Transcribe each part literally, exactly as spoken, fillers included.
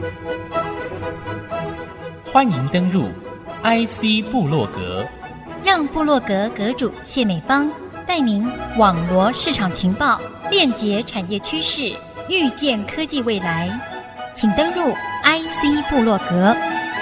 欢迎登入 I C 部落格， 让部落格阁主谢美芳带您网罗市场情报，链接产业趋势，预见科技未来。请登入 I C 部落格。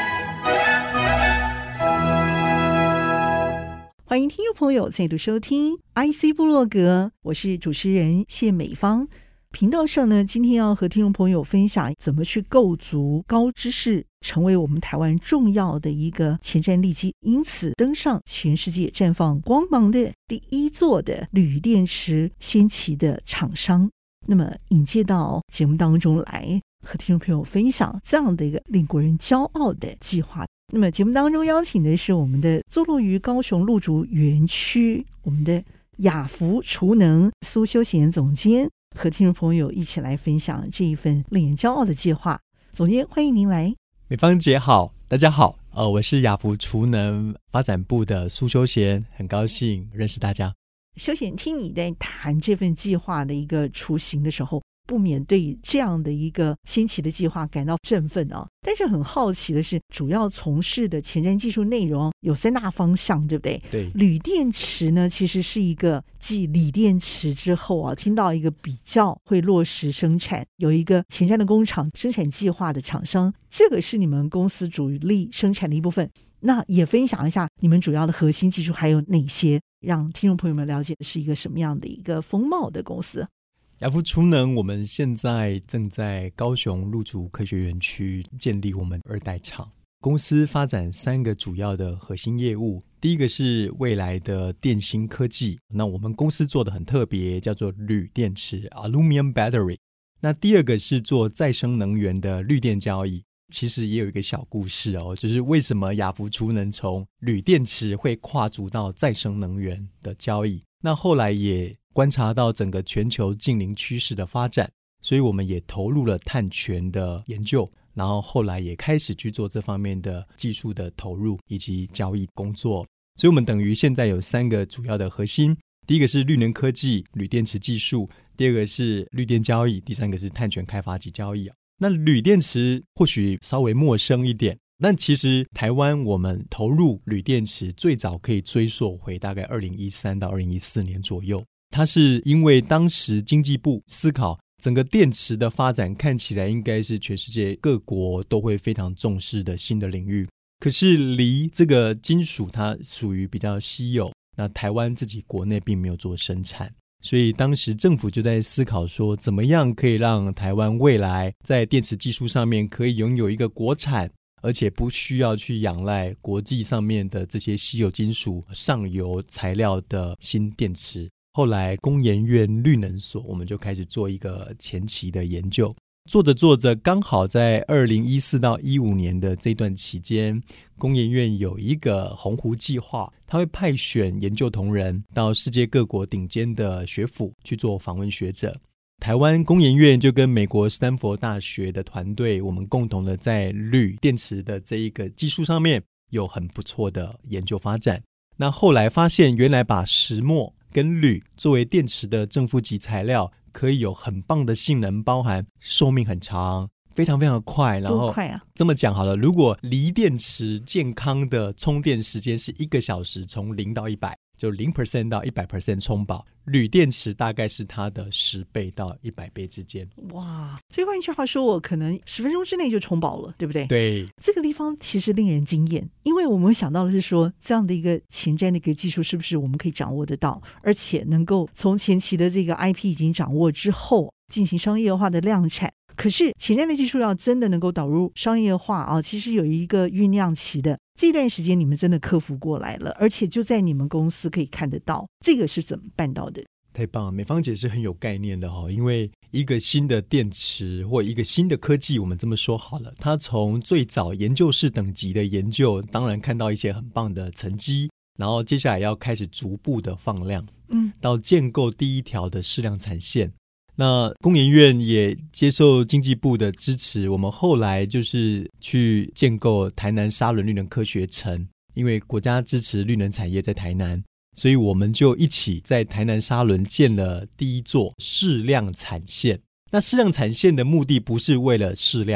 欢迎听众朋友再度收听 I C 部落格，我是主持人谢美芳。频道上呢，今天要和听众朋友分享怎么去构筑高知识，成为我们台湾重要的一个前瞻利基，因此登上全世界绽放光芒的第一座的铝电池先期的厂商。那么引介到节目当中来，和听众朋友分享这样的一个令国人骄傲的计划。那么节目当中邀请的是我们的坐落于高雄鹿竹园区，我们的雅福储能苏修贤总监，和听众朋友一起来分享这一份令人骄傲的计划。总监，欢迎您来。 美芳姐好，大家好，呃，我是雅福储能发展部的苏修贤，很高兴认识大家。 修贤，听你在谈这份计划的一个雏形的时候，不免对这样的一个新奇的计划感到振奋啊！但是很好奇的是，主要从事的前瞻技术内容有三大方向，对不对？ 对， 铝电池呢，其实是一个继锂电池之后啊，听到一个比较会落实生产，有一个前瞻的工厂生产计划的厂商，这个是你们公司主力生产的一部分。那也分享一下你们主要的核心技术还有哪些，让听众朋友们了解是一个什么样的一个风貌的公司。 雅福储能我们现在正在高雄鹿竹科学园区建立我们二代厂，公司发展三个主要的核心业务。第一个是未来的电芯科技，那我们公司做的很特别，叫做铝电池 Aluminum Battery。 那第二个是做再生能源的绿电交易，其实也有一个小故事哦，就是为什么雅福储能从铝电池会跨足到再生能源的交易。那后来也观察到整个全球近零趋势的发展，所以我们也投入了碳权的研究，然后后来也开始去做这方面的技术的投入以及交易工作。所以我们等于现在有三个主要的核心，第一个是绿能科技铝电池技术，第二个是绿电交易，第三个是碳权开发及交易。那铝电池或许稍微陌生一点，但其实台湾我们投入铝电池最早可以追溯回大概二零一三到二零一四年左右。它是因为当时经济部思考整个电池的发展看起来应该是全世界各国都会非常重视的新的领域，可是锂这个金属它属于比较稀有，那台湾自己国内并没有做生产，所以当时政府就在思考说怎么样可以让台湾未来在电池技术上面可以拥有一个国产，而且不需要去仰赖国际上面的这些稀有金属上游材料的新电池。后来工研院绿能所我们就开始做一个前期的研究，做着做着刚好在二零一四到一五年的这段期间，工研院有一个鸿鹄计划，他会派选研究同仁到世界各国顶尖的学府去做访问学者。台湾工研院就跟美国斯坦福大学的团队，我们共同的在铝电池的这一个技术上面有很不错的研究发展。那后来发现原来把石墨跟铝作为电池的正负极材料可以有很棒的性能，包含寿命很长，非常非常快。然后多快啊！ 这么讲好了，如果锂电池健康的充电时间是一个小时，从零到一百，就 百分之零 到 百分之百 充饱，铝电池大概是它的十倍到一百倍之间。 哇，所以换句话说，我可能十分钟之内就充饱了，对不对？ 对， 这个地方其实令人惊艳，因为我们想到的是说，这样的一个前瞻的一个技术是不是我们可以掌握得到，而且能够从前期的这个 I P 已经掌握之后进行商业化的量产。可是前瞻的技术要真的能够导入商业化啊，其实有一个酝酿期的，这段时间你们真的克服过来了，而且就在你们公司可以看得到，这个是怎么办到的？ 太棒了，美芳姐是很有概念的哦，因为一个新的电池或一个新的科技，我们这么说好了，它从最早研究室等级的研究，当然看到一些很棒的成绩，然后接下来要开始逐步的放量，嗯，到建构第一条的试量产线。那工研院也接受经济部的支持，我们后来就是去建构台南沙仑绿能科学城，因为国家支持绿能产业在台南，所以我们就一起在台南沙仑建了第一座试量产线。那试量产线的目的不是为了试量，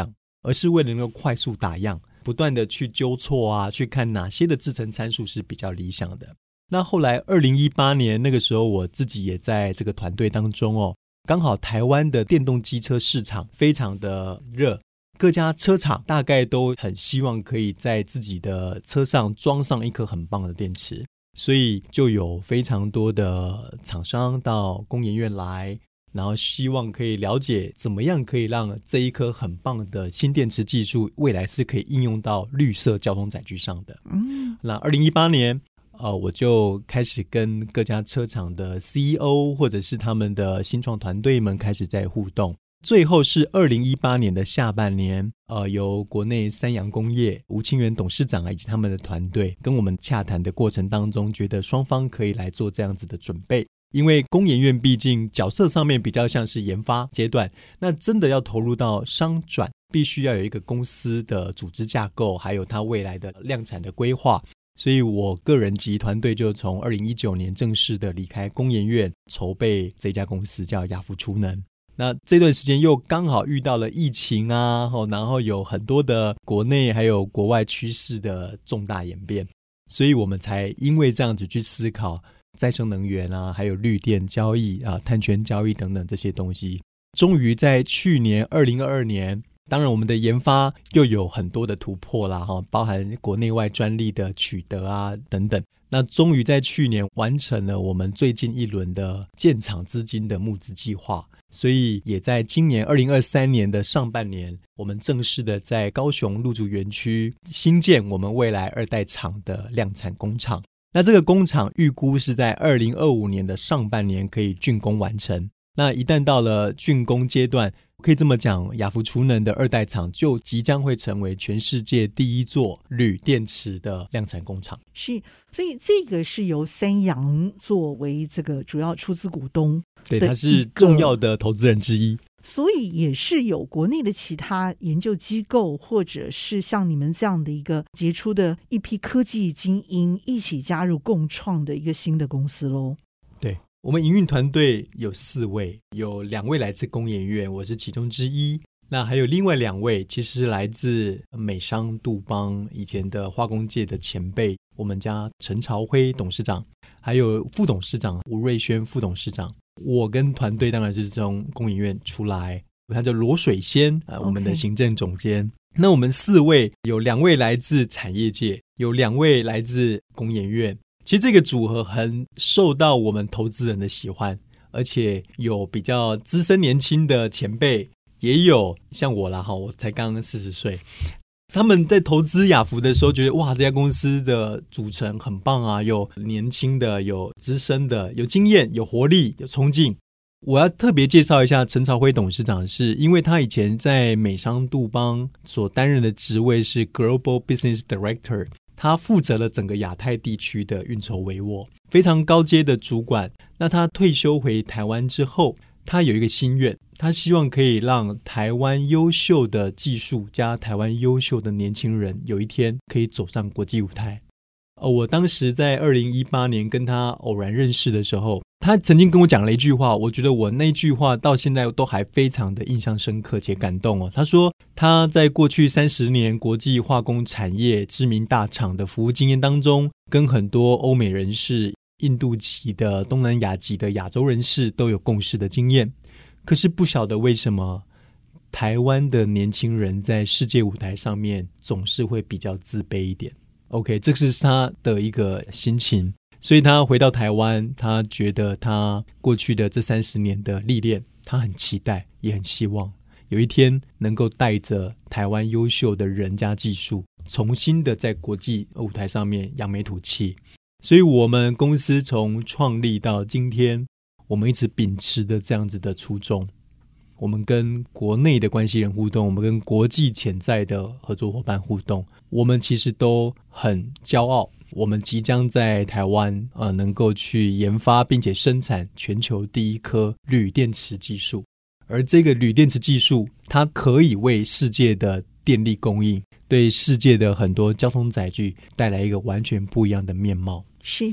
而是为了能够快速打样，不断的去纠错啊，去看哪些的制程参数是比较理想的。那后来二零一八年那个时候，我自己也在这个团队当中哦，刚好台湾的电动机车市场非常的热，各家车厂大概都很希望可以在自己的车上装上一颗很棒的电池，所以就有非常多的厂商到工研院来，然后希望可以了解怎么样可以让这一颗很棒的新电池技术未来是可以应用到绿色交通载具上的。嗯，那二零一八年呃，我就开始跟各家车厂的 C E O 或者是他们的新创团队们开始在互动。最后是二零一八年的下半年，呃，由国内三洋工业吴清源董事长以及他们的团队跟我们洽谈的过程当中，觉得双方可以来做这样子的准备。因为工研院毕竟角色上面比较像是研发阶段，那真的要投入到商转，必须要有一个公司的组织架构，还有它未来的量产的规划。所以我个人及团队就从二零一九年正式的离开工研院，筹备这家公司叫亚福储能。那这段时间又刚好遇到了疫情啊，然后有很多的国内还有国外趋势的重大演变，所以我们才因为这样子去思考再生能源啊，还有绿电交易啊、碳权交易等等这些东西。终于在去年二零二二年，当然我们的研发又有很多的突破啦，包含国内外专利的取得啊等等。那终于在去年完成了我们最近一轮的建厂资金的募资计划，所以也在今年二零二三年的上半年，我们正式的在高雄路竹园区新建我们未来二代厂的量产工厂。那这个工厂预估是在二零二五年的上半年可以竣工完成。那一旦到了竣工阶段，可以这么讲，亚福储能的二代厂就即将会成为全世界第一座铝电池的量产工厂。 是，所以这个是由三洋作为这个主要出资股东， 对，他是重要的投资人之一。 所以也是有国内的其他研究机构，或者是像你们这样的一个杰出的一批科技精英一起加入共创的一个新的公司咯。 对，我们营运团队有四位，有两位来自工研院，我是其中之一。那还有另外两位其实是来自美商杜邦以前的化工界的前辈，我们家陈朝辉董事长，还有副董事长吴瑞轩副董事长。我跟团队当然是从工研院出来，他叫罗水仙、呃、我们的行政总监。Okay. 那我们四位有两位来自产业界，有两位来自工研院。其实这个组合很受到我们投资人的喜欢，而且有比较资深年轻的前辈，也有像我啦，我才刚刚四十岁。他们在投资亚福的时候觉得哇，这家公司的组成很棒啊，有年轻的，有资深的，有经验，有活力，有冲劲。我要特别介绍一下陈朝辉董事长，是因为他以前在美商杜邦所担任的职位是 Global Business Director， 他负责了整个亚太地区的运筹帷幄，非常高阶的主管。那他退休回台湾之后，他有一个心愿，他希望可以让台湾优秀的技术加台湾优秀的年轻人有一天可以走上国际舞台。呃，我当时在二零一八年跟他偶然认识的时候，他曾经跟我讲了一句话，我觉得我那句话到现在都还非常的印象深刻且感动哦。他说他在过去三十年国际化工产业知名大厂的服务经验当中，跟很多欧美人士、印度籍的、东南亚籍的亚洲人士都有共事的经验，可是不晓得为什么台湾的年轻人在世界舞台上面总是会比较自卑一点。 OK， 这是他的一个心情，所以他回到台湾，他觉得他过去的这三十年的历练，他很期待也很希望有一天能够带着台湾优秀的人加技术重新的在国际舞台上面扬眉吐气。所以我们公司从创立到今天，我们一直秉持的这样子的初衷，我们跟国内的关系人互动，我们跟国际潜在的合作伙伴互动，我们其实都很骄傲，我们即将在台湾呃能够去研发并且生产全球第一颗铝电池技术，而这个铝电池技术它可以为世界的电力供应，对世界的很多交通载具带来一个完全不一样的面貌。 是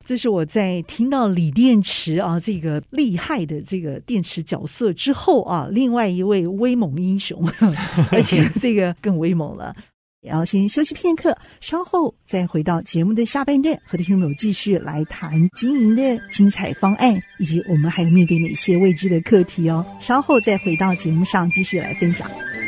这是我在听到锂电池啊这个厉害的这个电池角色之后啊，另外一位威猛英雄，而且这个更威猛了。也要先休息片刻，稍后再回到节目的下半段，和听众朋友继续来谈经营的精彩方案，以及我们还有面对哪些未知的课题哦。稍后再回到节目上继续来分享。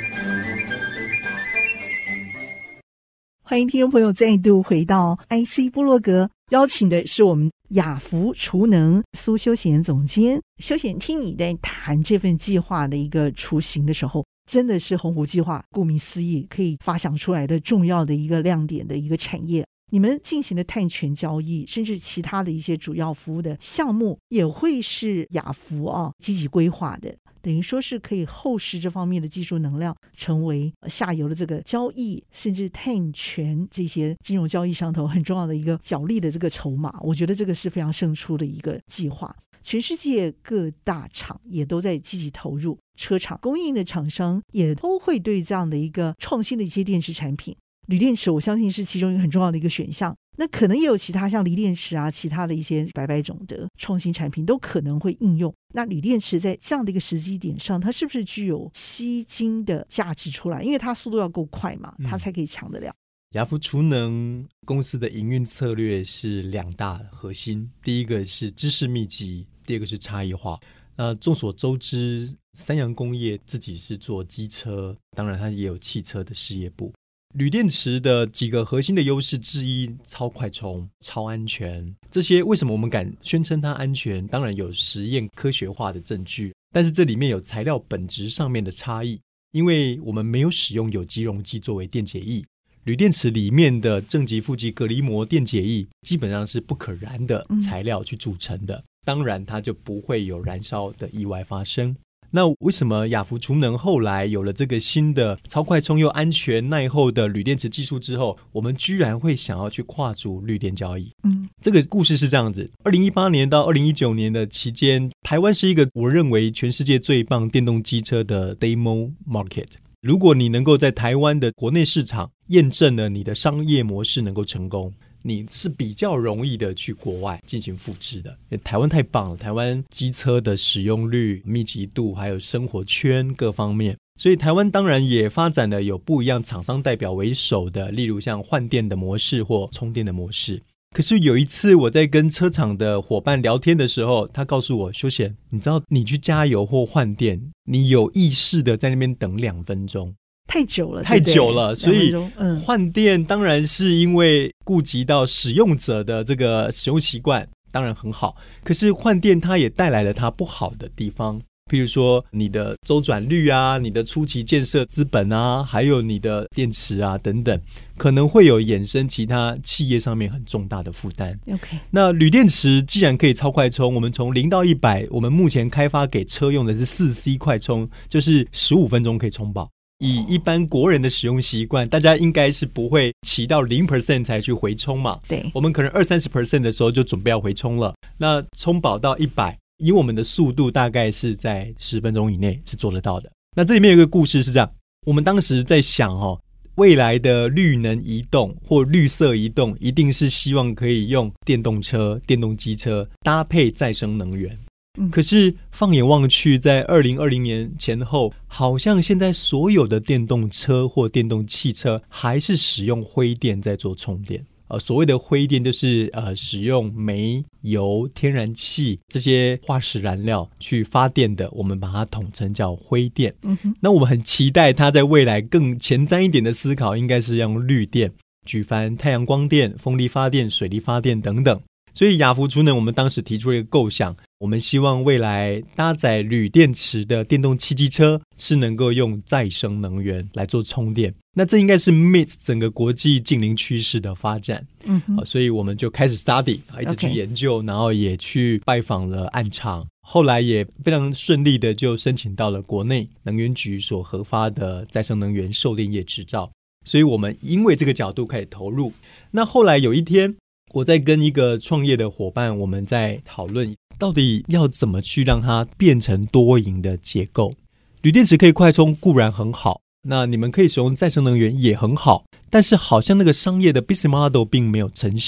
欢迎听众朋友再度回到 I C 部落格，邀请的是我们雅福储能苏修贤总监。修贤，听你在谈这份计划的一个雏形的时候，真的是鸿鹄计划顾名思义可以发想出来的重要的一个亮点的一个产业。你们进行的碳权交易甚至其他的一些主要服务的项目也会是雅福啊积极规划的，等于说是可以后市这方面的技术能量成为下游的这个交易甚至碳权这些金融交易上头很重要的一个角力的这个筹码。我觉得这个是非常胜出的一个计划，全世界各大厂也都在积极投入，车厂供应的厂商也都会对这样的一个创新的一些电池产品，锂电池我相信是其中一个很重要的一个选项。那可能也有其他像锂电池啊，其他的一些百百种的创新产品都可能会应用。那锂电池在这样的一个时机点上，它是不是具有吸金的价值出来？因为它速度要够快嘛，它才可以抢得了。 雅福储能公司的营运策略是两大核心，第一个是知识密集，第二个是差异化。那众所周知，三洋工业自己是做机车，当然它也有汽车的事业部。铝电池的几个核心的优势之一，超快充、超安全，这些为什么我们敢宣称它安全？当然有实验科学化的证据，但是这里面有材料本质上面的差异，因为我们没有使用有机溶剂作为电解液，铝电池里面的正极负极隔离膜电解液基本上是不可燃的材料去组成的，嗯、当然它就不会有燃烧的意外发生。那为什么雅福储能后来有了这个新的超快充又安全耐候的铝电池技术之后，我们居然会想要去跨足绿电交易？嗯，这个故事是这样子，二零一八年到二零一九年的期间，台湾是一个我认为全世界最棒电动机车的 demo market。如果你能够在台湾的国内市场验证了你的商业模式能够成功，你是比较容易的去国外进行复制的。因为台湾太棒了，台湾机车的使用率、密集度还有生活圈各方面，所以台湾当然也发展了有不一样厂商代表为首的，例如像换电的模式或充电的模式。可是有一次我在跟车厂的伙伴聊天的时候，他告诉我，修贤，你知道你去加油或换电，你有意识的在那边等两分钟， 太久了， 太久了，所以换电当然是因为顾及到使用者的这个使用习惯，当然很好。可是换电它也带来了它不好的地方，譬如说你的周转率啊，你的初期建设资本啊，还有你的电池啊等等，可能会有衍生其他企业上面很重大的负担。 OK， 那铝电池既然可以超快充，我们从零到一百，我们目前开发给车用的是四 C 快充，就是十五分钟可以充饱。以一般国人的使用习惯，大家应该是不会骑到 百分之零 才去回充嘛。 对， 我们可能二三十 percent 的时候就准备要回充了。那充饱到一百，以我们的速度大概是在十分钟以内是做得到的。那这里面有一个故事是这样，我们当时在想哦，未来的绿能移动或绿色移动，一定是希望可以用电动车、电动机车搭配再生能源。可是放眼望去，在二零二零年前后，好像现在所有的电动车或电动汽车还是使用灰电在做充电。呃，所谓的灰电就是呃使用煤、油、天然气这些化石燃料去发电的，我们把它统称叫灰电。嗯哼，那我们很期待它在未来更前瞻一点的思考，应该是用绿电，举凡太阳光电、风力发电、水力发电等等。所以雅福储能我们当时提出了一个构想，我们希望未来搭载铝电池的电动汽机车是能够用再生能源来做充电，那这应该是 meet 整个国际近邻趋势的发展。嗯哼，所以我们就开始 study， 一直去研究， okay. 然后也去拜访了案厂，后来也非常顺利的就申请到了国内能源局所核发的再生能源售电业执照，所以我们因为这个角度开始投入。那后来有一天我在跟一个创业的伙伴，我们在讨论到底要怎么去让它变成多赢的结构。铝电池可以快充固然很好，那你们可以使用再生能源也很好，但是好像那个商业的 business model 并没有成型。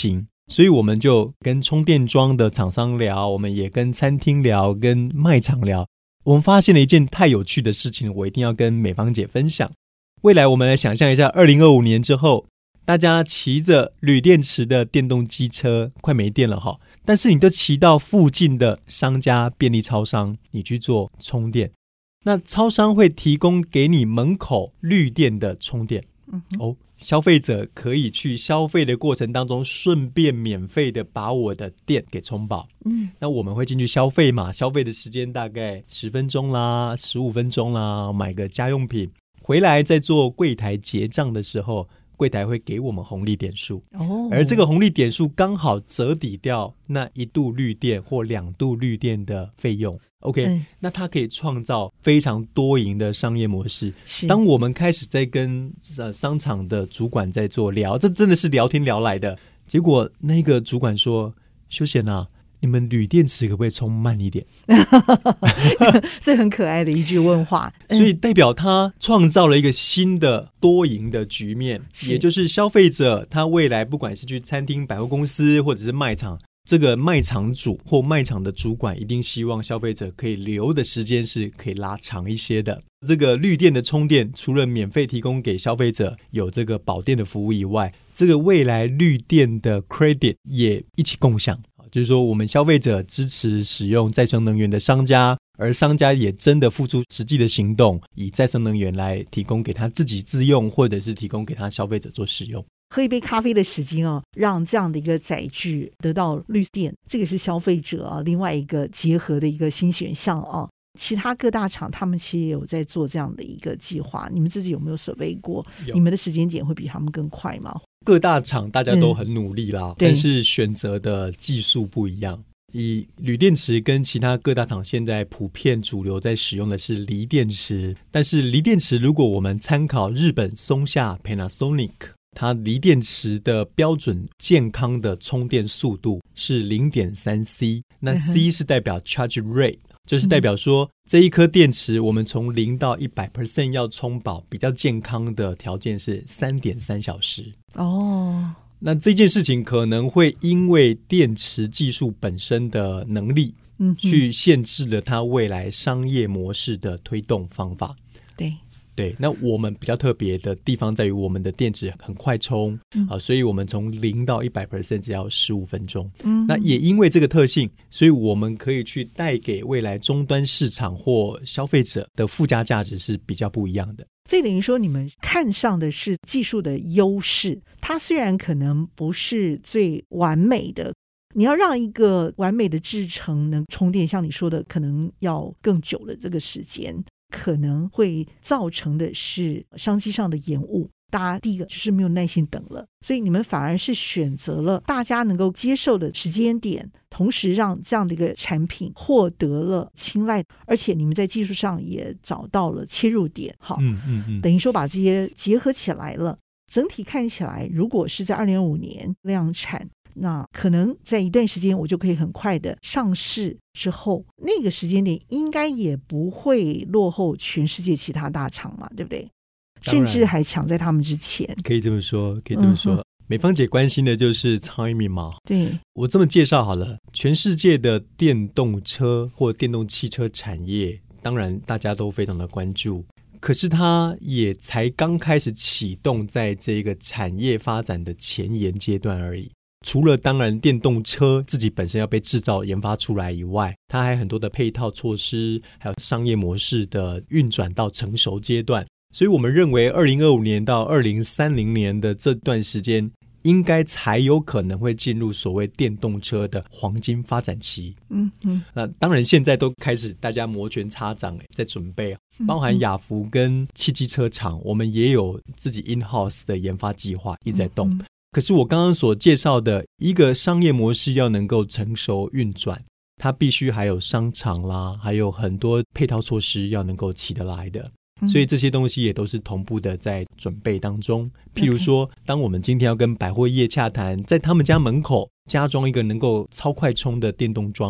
所以我们就跟充电桩的厂商聊，我们也跟餐厅聊，跟卖场聊。我们发现了一件太有趣的事情，我一定要跟美芳姐分享。未来我们来想象一下二零二五年之后，大家骑着铝电池的电动机车快没电了哈，但是你都骑到附近的商家便利超商，你去做充电，那超商会提供给你门口绿电的充电、嗯、哦，消费者可以去消费的过程当中顺便免费的把我的电给充饱、嗯、那我们会进去消费嘛，消费的时间大概十分钟啦十五分钟啦，买个家用品回来在做柜台结账的时候，柜台会给我们红利点数、哦、而这个红利点数刚好折抵掉那一度绿电或两度绿电的费用。 OK、嗯、那它可以创造非常多赢的商业模式。当我们开始在跟、呃、商场的主管在做聊，这真的是聊天聊来的，结果那个主管说，修贤啊，你们铝电池可不可以充慢一点？ 这很可爱的一句问话， 所以代表他创造了一个新的多赢的局面，也就是消费者他未来不管是去餐厅、百货公司或者是卖场，这个卖场主或卖场的主管一定希望消费者可以留的时间是可以拉长一些的。这个绿电的充电除了免费提供给消费者有这个保电的服务以外，这个未来绿电的 credit 也一起共享，就是说我们消费者支持使用再生能源的商家，而商家也真的付出实际的行动，以再生能源来提供给他自己自用，或者是提供给他消费者做使用。 喝一杯咖啡的时间哦，让这样的一个载具得到绿电，这个是消费者啊另外一个结合的一个新选项啊。其他各大厂他们其实也有在做这样的一个计划，你们自己有没有所谓过？你们的时间点会比他们更快吗？ 各大厂大家都很努力啦、嗯、但是选择的技术不一样。以铝电池跟其他各大厂现在普遍主流在使用的是锂电池，但是锂电池如果我们参考日本松下 Panasonic， 它锂电池的标准健康的充电速度是 零点三 C， 那 C 是代表 charge rate，就是代表说这一颗电池我们从零到 百分之百 要充饱，比较健康的条件是 三点三小时。哦，那这件事情可能会因为电池技术本身的能力、嗯、去限制了它未来商业模式的推动方法。 对对，那我们比较特别的地方在于我们的电池很快充、嗯啊、所以我们从零到 百分之百 只要十五分钟、嗯、那也因为这个特性，所以我们可以去带给未来终端市场或消费者的附加价值是比较不一样的。 所以等于说你们看上的是技术的优势，它虽然可能不是最完美的，你要让一个完美的制程能充电，像你说的可能要更久的这个时间，可能会造成的是商机上的延误，大家第一个就是没有耐心等了，所以你们反而是选择了大家能够接受的时间点，同时让这样的一个产品获得了青睐，而且你们在技术上也找到了切入点。好，嗯嗯嗯，等于说把这些结合起来了，整体看起来如果是在二零二五年量产，那可能在一段时间我就可以很快的上市，之后那个时间点应该也不会落后全世界其他大厂嘛，对不对？甚至还抢在他们之前， 可以这么说，可以这么说、嗯、美芳姐关心的就是 timing 嘛。 对， 我这么介绍好了，全世界的电动车或电动汽车产业当然大家都非常的关注，可是它也才刚开始启动在这个产业发展的前沿阶段而已。除了当然电动车自己本身要被制造研发出来以外，它还有很多的配套措施，还有商业模式的运转到成熟阶段。所以我们认为二零二五年到二零三零年的这段时间应该才有可能会进入所谓电动车的黄金发展期。嗯嗯，那当然现在都开始大家摩拳擦掌在准备，包含雅福跟汽机车厂，我们也有自己 in-house 的研发计划一直在动。嗯嗯，可是我刚刚所介绍的一个商业模式要能够成熟运转，它必须还有商场啦，还有很多配套措施要能够起得来的，所以这些东西也都是同步的在准备当中。譬如说当我们今天要跟百货业洽谈，在他们家门口加装一个能够超快充的电动桩，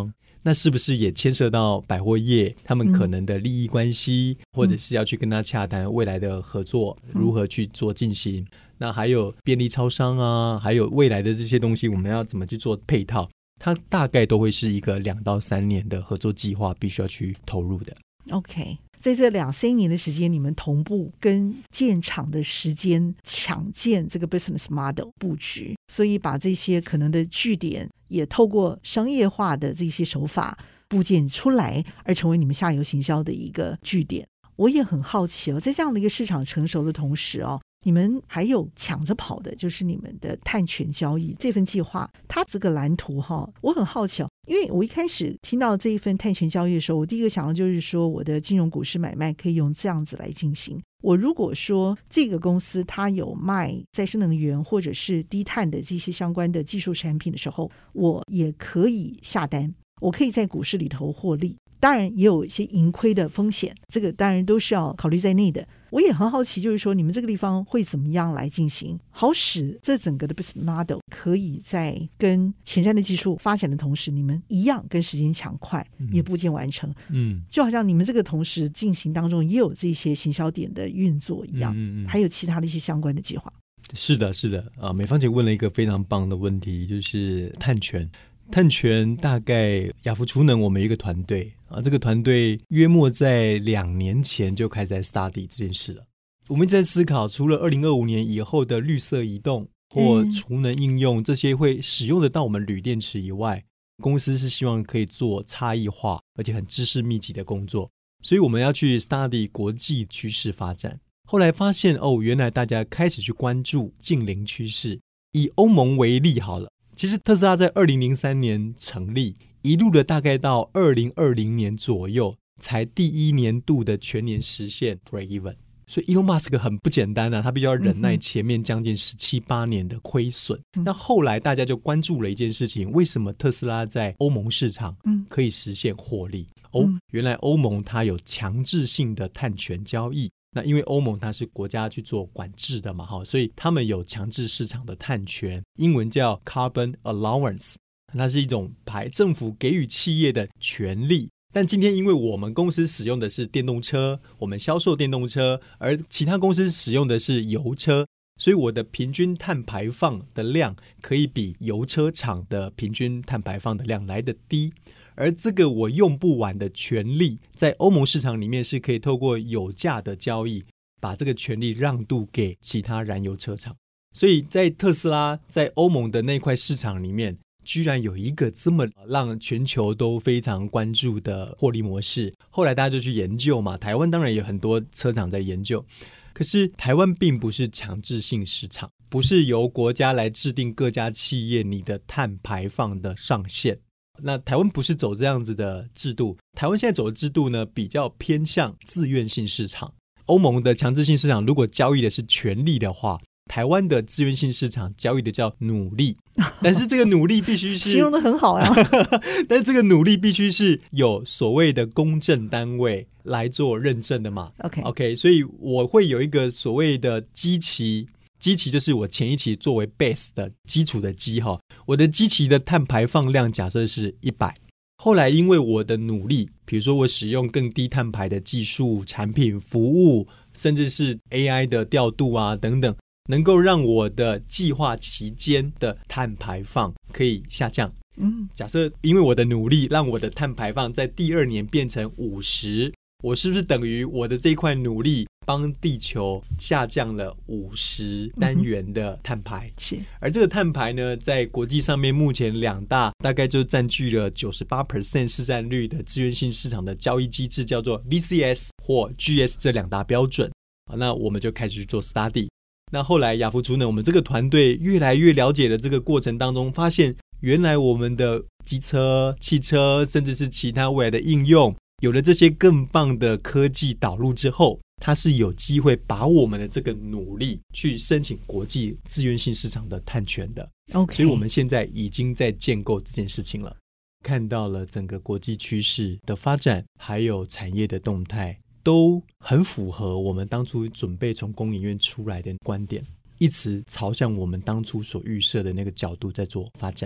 那是不是也牵涉到百货业他们可能的利益关系、嗯、或者是要去跟他洽谈未来的合作、嗯、如何去做进行，那还有便利超商啊，还有未来的这些东西我们要怎么去做配套，它大概都会是一个两到三年的合作计划必须要去投入的。 OK， 在这两三年的时间，你们同步跟建厂的时间抢建这个 business model 布局，所以把这些可能的据点也透过商业化的这些手法布建出来，而成为你们下游行销的一个据点。我也很好奇哦，在这样的一个市场成熟的同时哦，你们还有抢着跑的就是你们的碳权交易这份计划，它这个蓝图哈，我很好奇哦，因为我一开始听到这一份碳权交易的时候，我第一个想到就是说我的金融股市买卖可以用这样子来进行。我如果说这个公司它有卖再生能源或者是低碳的这些相关的技术产品的时候，我也可以下单，我可以在股市里头获利，当然也有一些盈亏的风险，这个当然都是要考虑在内的。我也很好奇，就是说你们这个地方会怎么样来进行，好使这整个的 business model 可以在跟前瞻的技术发展的同时，你们一样跟时间抢快，也部件完成。嗯，就好像你们这个同时进行当中也有这些行销点的运作一样，嗯嗯嗯，还有其他的一些相关的计划。 是的是的、呃、美芳姐问了一个非常棒的问题，就是碳权。碳权大概亚福储能我们有一个团队啊，这个团队约莫在两年前就开始在 study 这件事了。我们一直在思考，除了二零二五年以后的绿色移动或储能应用这些会使用得到我们铝电池以外，公司是希望可以做差异化而且很知识密集的工作，所以我们要去 study 国际趋势发展。后来发现哦，原来大家开始去关注净零趋势。以欧盟为例好了，其实特斯拉在二零零三年成立，一路的大概到二零二零年左右才第一年度的全年实现 break even， 所以 Elon Musk 很不简单啊，他必须要忍耐前面将近十七八年的亏损、嗯、那后来大家就关注了一件事情，为什么特斯拉在欧盟市场可以实现获利、嗯、哦，原来欧盟它有强制性的碳权交易，那因为欧盟它是国家去做管制的嘛，所以他们有强制市场的碳权，英文叫 Carbon Allowance， 它是一种牌政府给予企业的权利。但今天因为我们公司使用的是电动车，我们销售电动车，而其他公司使用的是油车，所以我的平均碳排放的量可以比油车厂的平均碳排放的量来得低，而这个我用不完的权利在欧盟市场里面是可以透过有价的交易把这个权利让渡给其他燃油车厂。所以在特斯拉在欧盟的那块市场里面居然有一个这么让全球都非常关注的获利模式，后来大家就去研究嘛，台湾当然有很多车厂在研究，可是台湾并不是强制性市场，不是由国家来制定各家企业你的碳排放的上限，那台湾不是走这样子的制度，台湾现在走的制度呢比较偏向自愿性市场。欧盟的强制性市场如果交易的是权利的话，台湾的自愿性市场交易的叫努力，但是这个努力必须是形容得很好呀但是这个努力必须是有所谓的公证单位来做认证的嘛。 OK, okay 所以我会有一个所谓的基期，基期就是我前一期作为 base 的基础的基，我的基期的碳排放量假设是一百，后来因为我的努力，比如说我使用更低碳排的技术、产品、服务，甚至是 A I 的调度啊等等，能够让我的计划期间的碳排放可以下降。嗯，假设因为我的努力让我的碳排放在第二年变成五十，我是不是等于我的这一块努力帮地球下降了五十单元的碳排？嗯、是。而这个碳排呢，在国际上面目前两大大概就占据了 百分之九十八 市占率的自愿性市场的交易机制，叫做 V C S 或 G S 这两大标准。那我们就开始去做 study。那后来亚福储能我们这个团队越来越了解的这个过程当中，发现原来我们的机车、汽车甚至是其他未来的应用，有了这些更棒的科技导入之后，它是有机会把我们的这个努力去申请国际自愿性市场的碳权的。 Okay. 所以我们现在已经在建构这件事情了，看到了整个国际趋势的发展还有产业的动态都很符合我们当初准备从工研院出来的观点，一直朝向我们当初所预设的那个角度在做发展。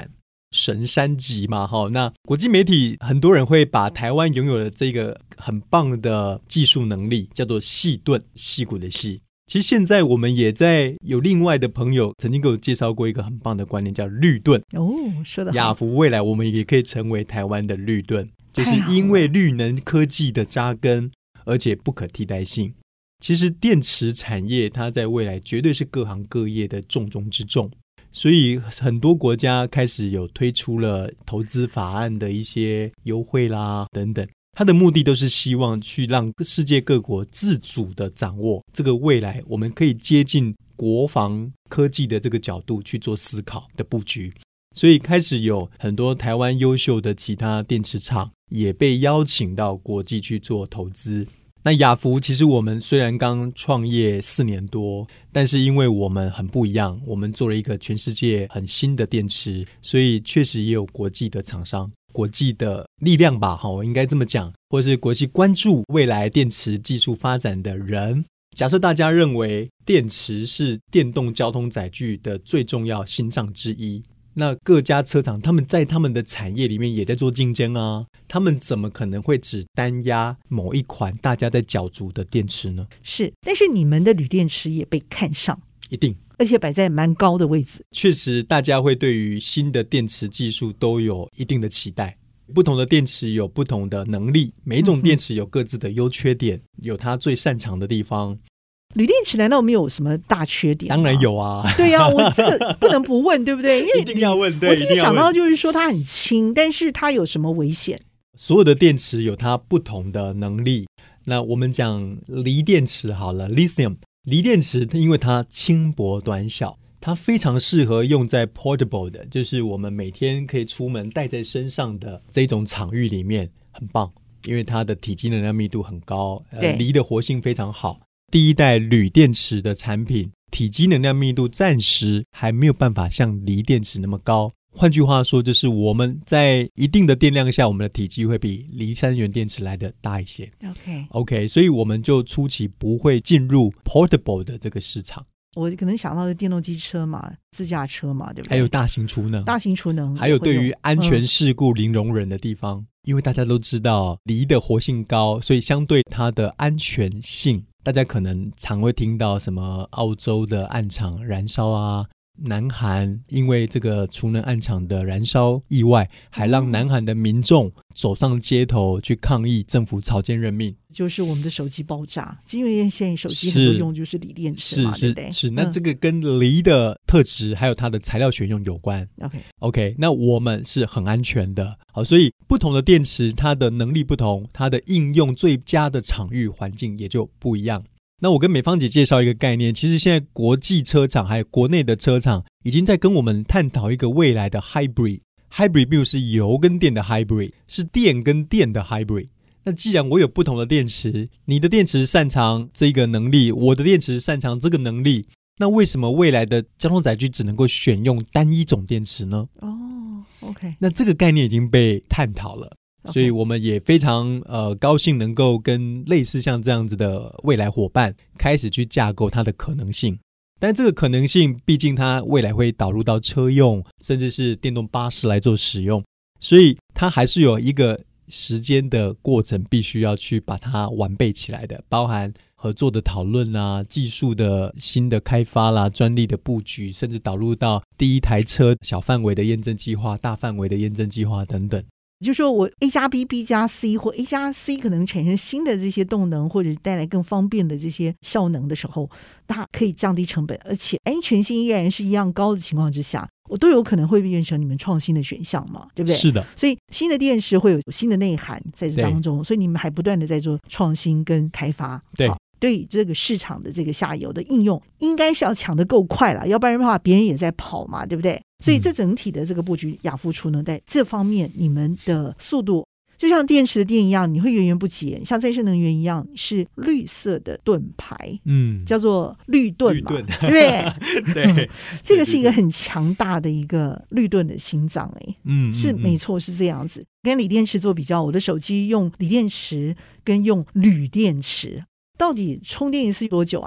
神山级嘛，那国际媒体很多人会把台湾拥有的这个很棒的技术能力叫做细盾，矽谷的矽。其实现在我们也在有另外的朋友曾经给我介绍过一个很棒的观念，叫绿盾。 哦，说得好。 亚福未来我们也可以成为台湾的绿盾，就是因为绿能科技的扎根，而且不可替代性。其实电池产业它在未来绝对是各行各业的重中之重，所以很多国家开始有推出了投资法案的一些优惠啦等等，它的目的都是希望去让世界各国自主的掌握这个未来我们可以接近国防科技的这个角度去做思考的布局。所以开始有很多台湾优秀的其他电池厂也被邀请到国际去做投资。那亚福其实我们虽然刚创业四年多，但是因为我们很不一样，我们做了一个全世界很新的电池，所以确实也有国际的厂商，国际的力量吧，我应该这么讲，或是国际关注未来电池技术发展的人。假设大家认为电池是电动交通载具的最重要心脏之一，那各家车厂他们在他们的产业里面也在做竞争啊，他们怎么可能会只单压某一款大家在角逐的电池呢？是， 但是你们的铝电池也被看上， 一定， 而且摆在蛮高的位置。 确实大家会对于新的电池技术都有一定的期待，不同的电池有不同的能力，每一种电池有各自的优缺点，有它最擅长的地方。 铝电池难道没有什么大缺点吗？ 当然有啊。 对啊，我这个不能不问，对不对？因为一定要问。对， 我第一个想到就是说它很轻，但是它有什么危险？ 所有的电池有它不同的能力。那我们讲锂电池好了 ，lithium 锂电池，因为它轻薄短小，它非常适合用在 portable 的，就是我们每天可以出门带在身上的这种场域里面，很棒，因为它的体积能量密度很高，呃，锂的活性非常好。第一代铝电池的产品体积能量密度暂时还没有办法像锂电池那么高，换句话说就是我们在一定的电量下，我们的体积会比锂三元电池来的大一些。 OK OK， 所以我们就初期不会进入 portable 的这个市场。 我可能想到的电动机车嘛，自驾车嘛，对不对？ 还有大型储能， 大型储能， 还有对于安全事故零容忍的地方、嗯、因为大家都知道锂的活性高，所以相对它的安全性，大家可能常会听到什么澳洲的暗场燃烧啊，南韩因为这个储能暗场的燃烧意外，还让南韩的民众走上街头去抗议政府草菅人命，就是我们的手机爆炸，因为现在手机很多用就是锂电池嘛，对不对？是，那这个跟锂的特质还有它的材料选用有关。 OK OK， 那我们是很安全的。好，所以不同的电池它的能力不同，它的应用最佳的场域环境也就不一样。那我跟美芳姐介绍一个概念，其实现在国际车厂还有国内的车厂已经在跟我们探讨一个未来的 hybrid hybrid 并不是油跟电的 hybrid， 是电跟电的 hybrid。 那既然我有不同的电池，你的电池擅长这个能力，我的电池擅长这个能力，那为什么未来的交通载具只能够选用单一种电池呢？哦 OK， 那这个概念已经被探讨了，所以我们也非常呃高兴能够跟类似像这样子的未来伙伴开始去架构它的可能性。但这个可能性毕竟它未来会导入到车用甚至是电动巴士来做使用，所以它还是有一个时间的过程必须要去把它完备起来的，包含合作的讨论啦、技术的新的开发啦、专利的布局，甚至导入到第一台车小范围的验证计划、大范围的验证计划等等。 就是说我 A 加 B B 加 C 或 A 加 C 可能产生新的这些动能或者带来更方便的这些效能的时候，它可以降低成本，而且安全性依然是一样高的情况之下，我都有可能会变成你们创新的选项嘛，对不对？是的，所以新的电池会有新的内涵在这当中，所以你们还不断的在做创新跟开发。对，对这个市场的这个下游的应用应该是要抢得够快了，要不然的话别人也在跑嘛，对不对？所以这整体的这个布局，亚福储能在这方面你们的速度就像电池的电一样，你会源源不绝，像再生能源一样是绿色的盾牌，嗯，叫做绿盾嘛，对不对？对，这个是一个很强大的一个绿盾的心脏，哎，嗯，是没错，是这样子。跟锂电池做比较，我的手机用锂电池跟用铝电池，到底充电一次多久啊？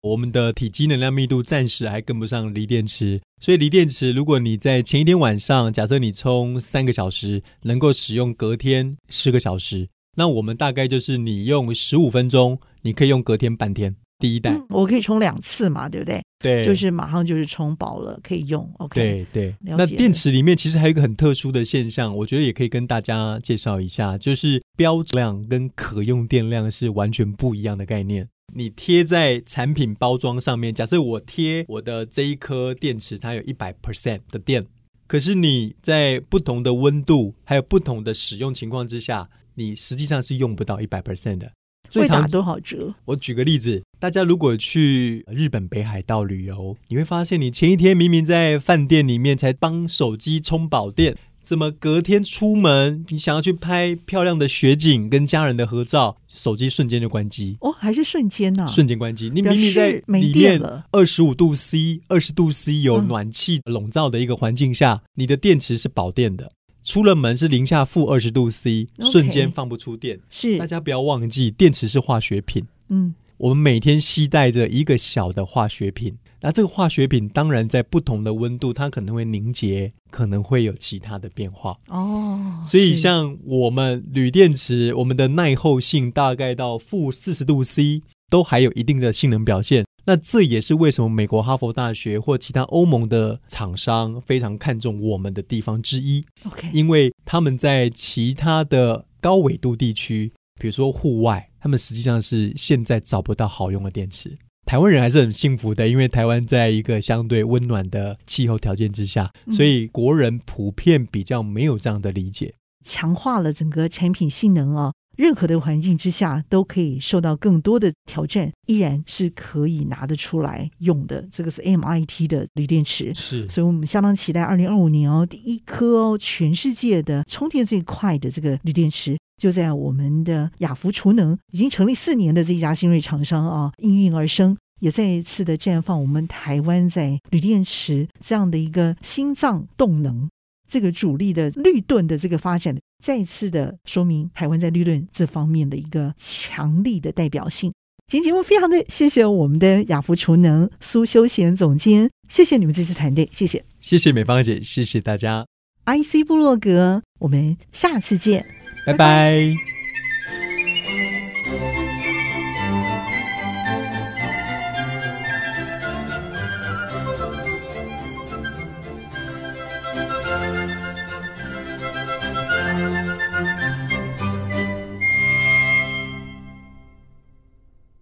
我们的体积能量密度暂时还跟不上锂电池，所以锂电池如果你在前一天晚上，假设你充三个小时，能够使用隔天十个小时，那我们大概就是你用十五分钟，你可以用隔天半天。第一代、嗯、 我可以充两次嘛，对不对？ 对， 就是马上就是充饱了可以用。 OK， 对对。那电池里面其实还有一个很特殊的现象，我觉得也可以跟大家介绍一下，就是标准量跟可用电量是完全不一样的概念。你贴在产品包装上面，假设我贴我的这一颗电池它有 百分之百 的电，可是你在不同的温度还有不同的使用情况之下，你实际上是用不到 百分之百 的。 会打多少折？ 我举个例子，大家如果去日本北海道旅游，你会发现你前一天明明在饭店里面才帮手机充饱电，怎么隔天出门你想要去拍漂亮的雪景跟家人的合照，手机瞬间就关机。 哦，还是瞬间啊？瞬间关机。你明明在里面二十五度 C 二十度 C 有暖气笼罩的一个环境下、嗯、你的电池是饱电的，出了门是零下负二十度 C， 瞬间放不出电。 是， 大家不要忘记，电池是化学品。 嗯， 我们每天携带着一个小的化学品，那这个化学品当然在不同的温度，它可能会凝结，可能会有其他的变化。 哦， 所以像我们铝电池，我们的耐候性大概到负四十度 C， 都还有一定的性能表现。那这也是为什么美国哈佛大学或其他欧盟的厂商非常看重我们的地方之一。 Okay. 因为他们在其他的高纬度地区，比如说户外，他们实际上是现在找不到好用的电池。台湾人还是很幸福的，因为台湾在一个相对温暖的气候条件之下、嗯、所以国人普遍比较没有这样的理解， 强化了整个产品性能啊，任何的环境之下都可以受到更多的挑战，依然是可以拿得出来用的。这个是 M I T 的锂电池， 是， 所以我们相当期待二零二五年哦，第一颗哦，全世界的充电最快的这个锂电池就在我们的亚福储能已经成立四年的这家新锐厂商啊应运而生，也再一次的绽放我们台湾在锂电池这样的一个心脏动能这个主力的绿盾的这个发展，再一次的说明台湾在绿盾这方面的一个强力的代表性。今天节目非常的谢谢我们的亚福储能苏修贤总监，谢谢你们这支团队，谢谢。 谢谢美芳姐，谢谢大家。 I C 部落格，我们下次见， 拜拜。